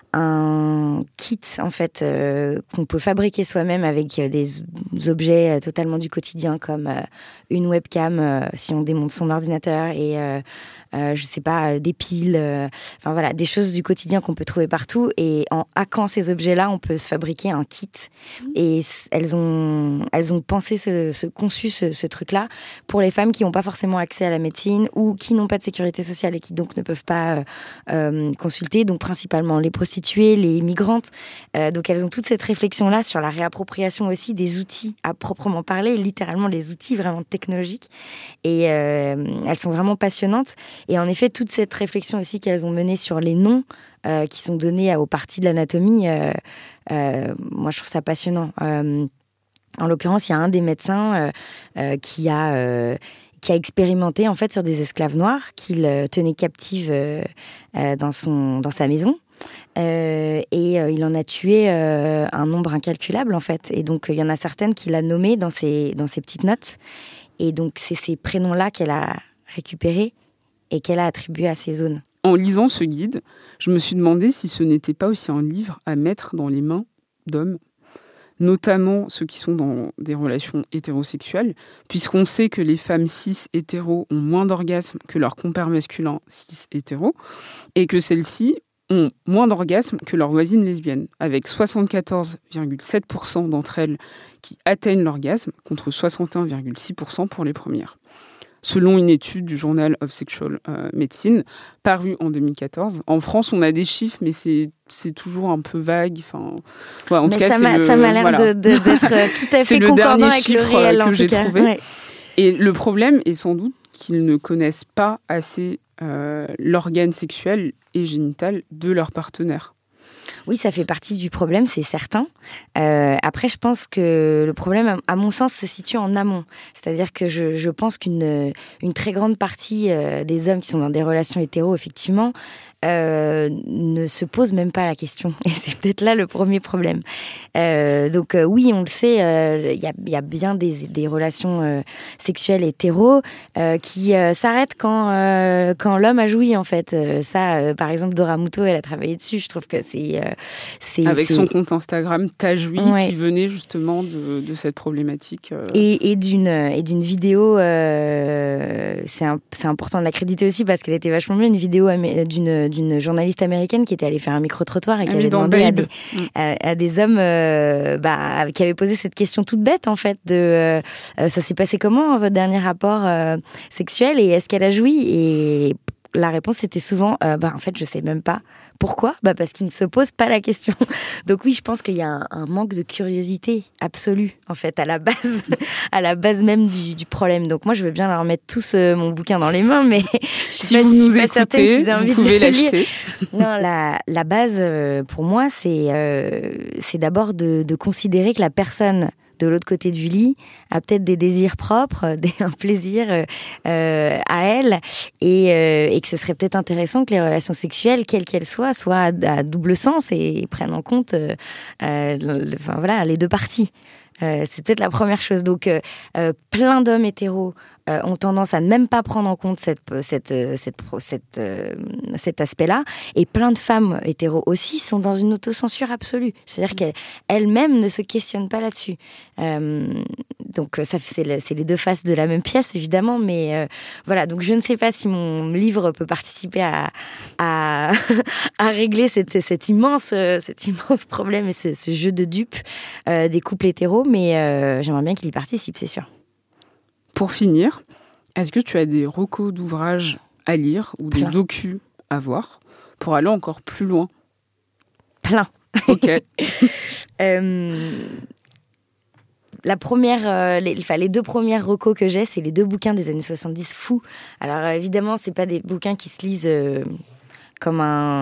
un kit en fait euh, qu'on peut fabriquer soi-même avec des objets totalement du quotidien, comme euh, une webcam euh, si on démonte son ordinateur et euh, euh, je sais pas, des piles, euh, enfin voilà, des choses du quotidien qu'on peut trouver partout. Et en hackant ces objets-là, on peut se fabriquer un kit. Mmh. Et elles ont, elles ont pensé, ce, ce, conçu ce, ce truc-là pour les femmes qui n'ont pas forcément accès à la médecine ou qui n'ont pas de sécurité sociale et qui donc ne peuvent pas euh, euh, consulter. Donc principalement les prostituées, les migrantes. Euh, donc elles ont toute cette réflexion-là sur la réappropriation aussi des outils à proprement parler, littéralement les outils vraiment technologiques. Et euh, elles sont vraiment passionnantes. Et en effet, toute cette réflexion aussi qu'elles ont menée sur les noms euh, qui sont donnés aux parties de l'anatomie, euh, euh, moi je trouve ça passionnant. Euh, en l'occurrence, il y a un des médecins euh, euh, qui a euh, qui a expérimenté en fait sur des esclaves noirs qu'il euh, tenait captives euh, euh, dans son dans sa maison. Euh, et euh, il en a tué euh, un nombre incalculable en fait. Et donc il y en a certaines qu'il a nommées dans ses dans ses petites notes. Et donc c'est ces prénoms-là qu'elle a récupérés et qu'elle a attribué à ces zones. En lisant ce guide, je me suis demandé si ce n'était pas aussi un livre à mettre dans les mains d'hommes, notamment ceux qui sont dans des relations hétérosexuelles, puisqu'on sait que les femmes cis-hétéros ont moins d'orgasmes que leurs compères masculins cis-hétéros, et que celles-ci ont moins d'orgasmes que leurs voisines lesbiennes, avec soixante-quatorze virgule sept pour cent d'entre elles qui atteignent l'orgasme, contre soixante et un virgule six pour cent pour les premières. Selon une étude du Journal of Sexual euh, Medicine, parue en deux mille quatorze. En France, on a des chiffres, mais c'est, c'est toujours un peu vague. Enfin, ouais, en mais tout cas, ça, c'est m'a, le, ça m'a l'air voilà. de, de, d'être tout à fait concordant avec le réel, en que tout j'ai cas. trouvé. Ouais. Et le problème est sans doute qu'ils ne connaissent pas assez euh, l'organe sexuel et génital de leur partenaire. Oui, ça fait partie du problème, c'est certain. Euh, après, je pense que le problème, à mon sens, se situe en amont. C'est-à-dire que je, je pense qu'une une très grande partie euh, des hommes qui sont dans des relations hétéros, effectivement, euh, ne se pose même pas la question. Et c'est peut-être là le premier problème. Euh, donc euh, oui, on le sait, il euh, y, a, y a bien des, des relations euh, sexuelles hétéros euh, qui euh, s'arrêtent quand, euh, quand l'homme a joui, en fait. Euh, ça, euh, par exemple, Dora Muto, elle a travaillé dessus. Je trouve que c'est... Euh, c'est Avec c'est... son compte Instagram, T'as joui, ouais. qui venait justement de, de cette problématique. Euh... Et, et, d'une, et d'une vidéo, euh, c'est, un, c'est important de la créditer aussi parce qu'elle était vachement bien, une vidéo amé- d'une, d'une journaliste américaine qui était allée faire un micro-trottoir et qui ah avait oui, demandé à des, à, à des hommes euh, bah, qui avaient posé cette question toute bête, en fait, de euh, ça s'est passé comment, votre dernier rapport euh, sexuel, et est-ce qu'elle a joui? Et la réponse était souvent, euh, bah, en fait, je sais même pas. Pourquoi ? Bah parce qu'ils ne se posent pas la question. Donc oui, je pense qu'il y a un, un manque de curiosité absolue, en fait, à la base, à la base même du, du problème. Donc moi, je veux bien leur mettre tous euh, mon bouquin dans les mains, mais je suis si pas, vous je nous suis pas écoutez, certaine qu'ils aient vous envie pouvez de le lire. l'acheter. Non, la, la base, euh, pour moi, c'est, euh, c'est d'abord de, de considérer que la personne de l'autre côté du lit a peut-être des désirs propres, des, un plaisir euh, à elle, et, euh, et que ce serait peut-être intéressant que les relations sexuelles, quelles qu'elles soient, soient à, à double sens et, et prennent en compte euh, euh, le, enfin, voilà, les deux parties. Euh, c'est peut-être la première chose. Donc, euh, euh, plein d'hommes hétéros euh, ont tendance à ne même pas prendre en compte cette, cette, cette, cette, euh, cet aspect-là. Et plein de femmes hétéros aussi sont dans une autocensure absolue. C'est-à-dire qu'elles elles-mêmes ne se questionnent pas là-dessus. Euh, donc, ça, c'est, le, c'est les deux faces de la même pièce, évidemment. Mais euh, voilà, donc je ne sais pas si mon livre peut participer à, à, à régler cette, cet, immense, cet immense problème et ce, ce jeu de dupes euh, des couples hétéros. Mais euh, j'aimerais bien qu'il y participe, c'est sûr. Pour finir, est-ce que tu as des recos d'ouvrages à lire ou Plein. des docus à voir pour aller encore plus loin? Plein. Ok. euh, la première, euh, les, enfin, les deux premières recos que j'ai, c'est les deux bouquins des années soixante-dix fous. Alors euh, évidemment, c'est pas des bouquins qui se lisent... Euh, comme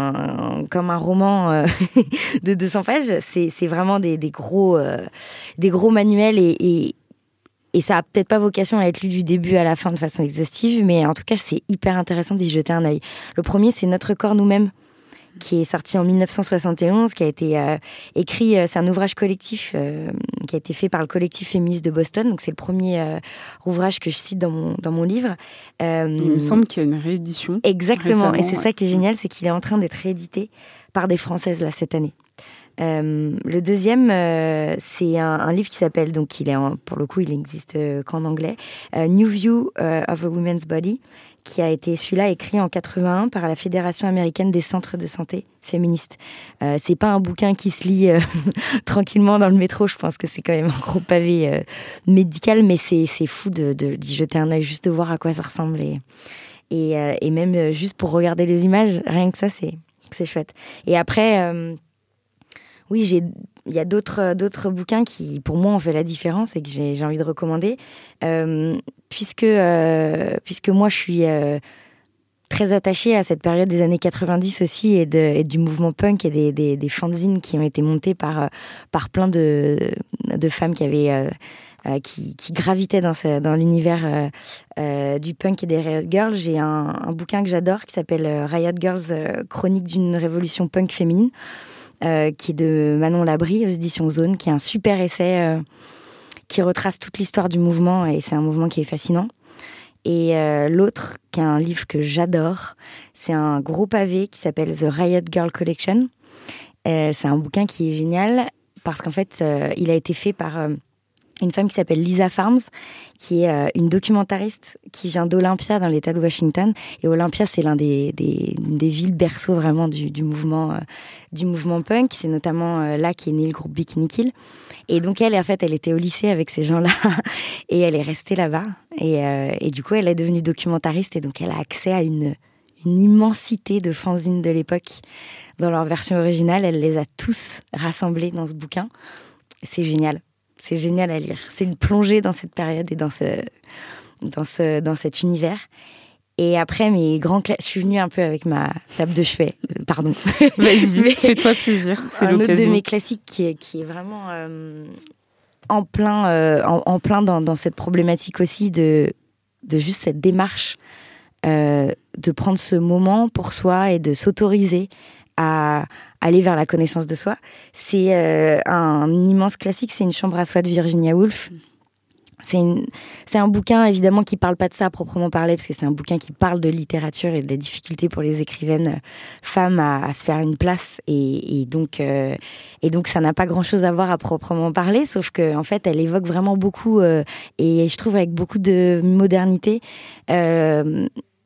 un comme un roman euh, de deux cents pages, c'est c'est vraiment des des gros euh, des gros manuels et, et et ça a peut-être pas vocation à être lu du début à la fin de façon exhaustive, mais en tout cas c'est hyper intéressant d'y jeter un œil. Le premier, c'est Notre corps nous-mêmes, qui est sorti en dix-neuf cent soixante et onze, qui a été euh, écrit, euh, c'est un ouvrage collectif euh, qui a été fait par le collectif féministe de Boston, donc c'est le premier euh, ouvrage que je cite dans mon, dans mon livre. Euh, Il me semble qu'il y a une réédition. Exactement, et c'est ouais. ça qui est génial, c'est qu'il est en train d'être réédité par des Françaises là, cette année. Euh, le deuxième, euh, c'est un, un livre qui s'appelle, donc il est en, pour le coup il n'existe euh, qu'en anglais, euh, New View uh, of a Woman's Body, qui a été celui-là écrit en quatre-vingt-un par la Fédération américaine des centres de santé féministes. Euh, c'est pas un bouquin qui se lit euh, tranquillement dans le métro, je pense que c'est quand même un gros pavé euh, médical, mais c'est, c'est fou de, de, d'y jeter un œil, juste de voir à quoi ça ressemble, et, et, euh, et même euh, juste pour regarder les images, rien que ça, c'est, c'est chouette. Et après... Euh, Oui, j'ai, il y a d'autres, d'autres bouquins qui, pour moi, ont fait la différence et que j'ai, j'ai envie de recommander. Euh, puisque, euh, puisque moi, je suis euh, très attachée à cette période des années quatre-vingt-dix aussi et, de, et du mouvement punk et des, des, des fanzines qui ont été montés par, par plein de, de femmes qui avaient... Euh, Euh, qui, qui gravitait dans, ce, dans l'univers euh, euh, du punk et des Riot Girls. J'ai un, un bouquin que j'adore qui s'appelle Riot Girls, euh, chronique d'une révolution punk féminine, euh, qui est de Manon Labrie aux éditions Zone, qui est un super essai euh, qui retrace toute l'histoire du mouvement, et c'est un mouvement qui est fascinant. Et euh, l'autre, qui est un livre que j'adore, c'est un gros pavé qui s'appelle The Riot Girl Collection. Euh, c'est un bouquin qui est génial parce qu'en fait, euh, il a été fait par... Euh, une femme qui s'appelle Lisa Farms, qui est euh, une documentariste qui vient d'Olympia dans l'État de Washington. Et Olympia, c'est l'un des, des, des villes berceaux vraiment du, du, mouvement, euh, du mouvement punk. C'est notamment euh, là qu'est né le groupe Bikini Kill. Et donc elle, en fait, elle était au lycée avec ces gens-là et elle est restée là-bas. Et, euh, et du coup, elle est devenue documentariste et donc elle a accès à une, une immensité de fanzines de l'époque. Dans leur version originale, elle les a tous rassemblés dans ce bouquin. C'est génial. C'est génial à lire. C'est une plongée dans cette période et dans, ce, dans, ce, dans cet univers. Et après, mes grands cla- je suis venue un peu avec ma table de chevet. Pardon. Vas-y, Mais fais-toi plaisir. C'est un l'occasion. autre de mes classiques qui est, qui est vraiment euh, en plein, euh, en, en plein dans, dans cette problématique aussi de, de juste cette démarche euh, de prendre ce moment pour soi et de s'autoriser à aller vers la connaissance de soi. C'est euh, un immense classique, c'est Une chambre à soi de Virginia Woolf. C'est, une, c'est un bouquin, évidemment, qui parle pas de ça à proprement parler, parce que c'est un bouquin qui parle de littérature et de la difficulté pour les écrivaines femmes à, à se faire une place. Et, et, donc, euh, et donc, ça n'a pas grand-chose à voir à proprement parler, sauf qu'en en fait, elle évoque vraiment beaucoup, euh, et je trouve avec beaucoup de modernité, euh,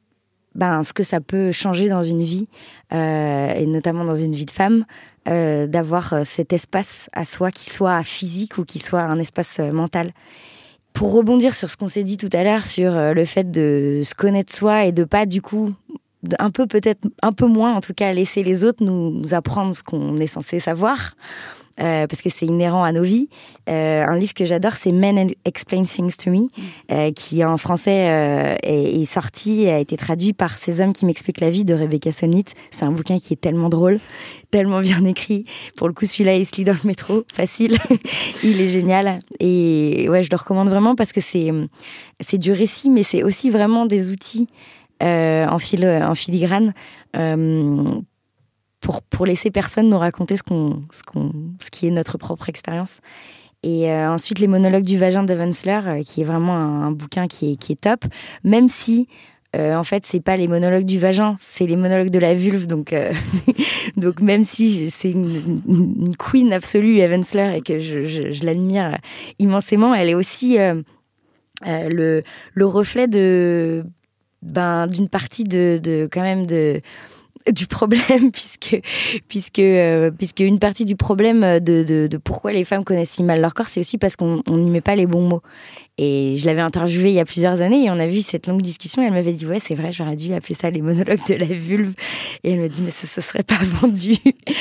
ben, ce que ça peut changer dans une vie, euh, et notamment dans une vie de femme, euh, d'avoir cet espace à soi, qui soit physique ou qui soit un espace mental. Pour rebondir sur ce qu'on s'est dit tout à l'heure, sur le fait de se connaître soi et de pas, du coup, un peu peut-être, un peu moins en tout cas, laisser les autres nous, nous apprendre ce qu'on est censé savoir, euh, parce que c'est inhérent à nos vies. Euh, un livre que j'adore, c'est Men Explain Things to Me, euh, qui en français euh, est, est sorti et a été traduit par Ces hommes qui m'expliquent la vie de Rebecca Solnit. C'est un bouquin qui est tellement drôle, tellement bien écrit. Pour le coup, celui-là, il se lit dans le métro, facile. Il est génial. Et ouais, je le recommande vraiment parce que c'est, c'est du récit, mais c'est aussi vraiment des outils euh, en, fil, en filigrane euh, pour, pour laisser personne nous raconter ce, qu'on, ce, qu'on, ce qui est notre propre expérience. Et euh, ensuite, Les monologues du vagin d'Evensler, euh, qui est vraiment un, un bouquin qui est, qui est top, même si Euh, en fait, c'est pas les monologues du vagin, c'est les monologues de la vulve. Donc, euh, donc même si je, c'est une, une queen absolue, Evensler, et que je, je, je l'admire immensément, elle est aussi euh, euh, le, le reflet de, ben, d'une partie de, de quand même de du problème, puisque puisque euh, puisque une partie du problème de, de de pourquoi les femmes connaissent si mal leur corps, c'est aussi parce qu'on n'y met pas les bons mots. Et je l'avais interviewée il y a plusieurs années et on a vu cette longue discussion et elle m'avait dit ouais, c'est vrai, j'aurais dû appeler ça les monologues de la vulve. Et elle me dit mais ça ça serait pas vendu.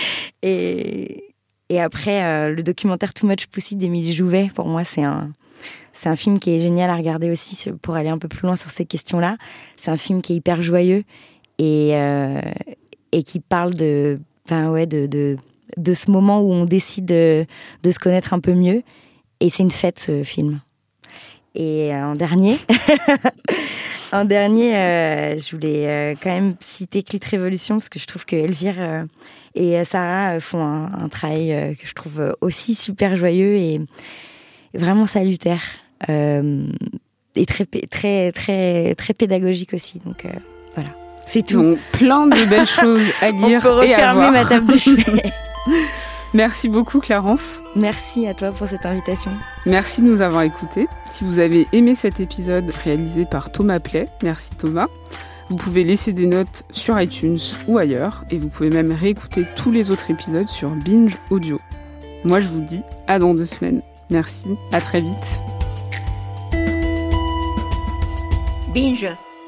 Et et après euh, le documentaire Too Much Pussy d'Émilie Jouvet, pour moi c'est un c'est un film qui est génial à regarder aussi pour aller un peu plus loin sur ces questions-là. C'est un film qui est hyper joyeux et euh, et qui parle de ben ouais de de de ce moment où on décide de, de se connaître un peu mieux. Et c'est une fête, ce film. Et en dernier, en dernier, euh, je voulais euh, quand même citer Clit Révolution parce que je trouve que Elvire euh, et Sarah font un, un travail euh, que je trouve aussi super joyeux et vraiment salutaire euh, et très très très très pédagogique aussi. Donc euh, voilà, c'est tout. Donc, plein de belles choses à lire. On peut refermer et à voir. ma table de chevet. Merci beaucoup Clarence. Merci à toi pour cette invitation. Merci de nous avoir écoutés. Si vous avez aimé cet épisode réalisé par Thomas Play, merci Thomas. Vous pouvez laisser des notes sur iTunes ou ailleurs et vous pouvez même réécouter tous les autres épisodes sur Binge Audio. Moi je vous dis à dans deux semaines. Merci, à très vite. Binge.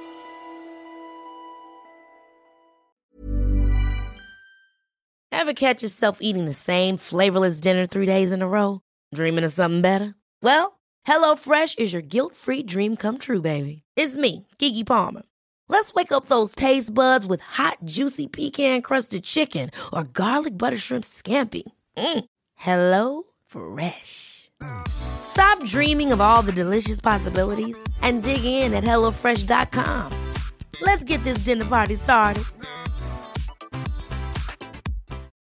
Ever catch yourself eating the same flavorless dinner three days in a row? Dreaming of something better? Well, HelloFresh is your guilt-free dream come true, baby. It's me, Keke Palmer. Let's wake up those taste buds with hot, juicy pecan-crusted chicken or garlic butter shrimp scampi. Mm. Hello Fresh. Stop dreaming of all the delicious possibilities and dig in at hello fresh dot com. Let's get this dinner party started.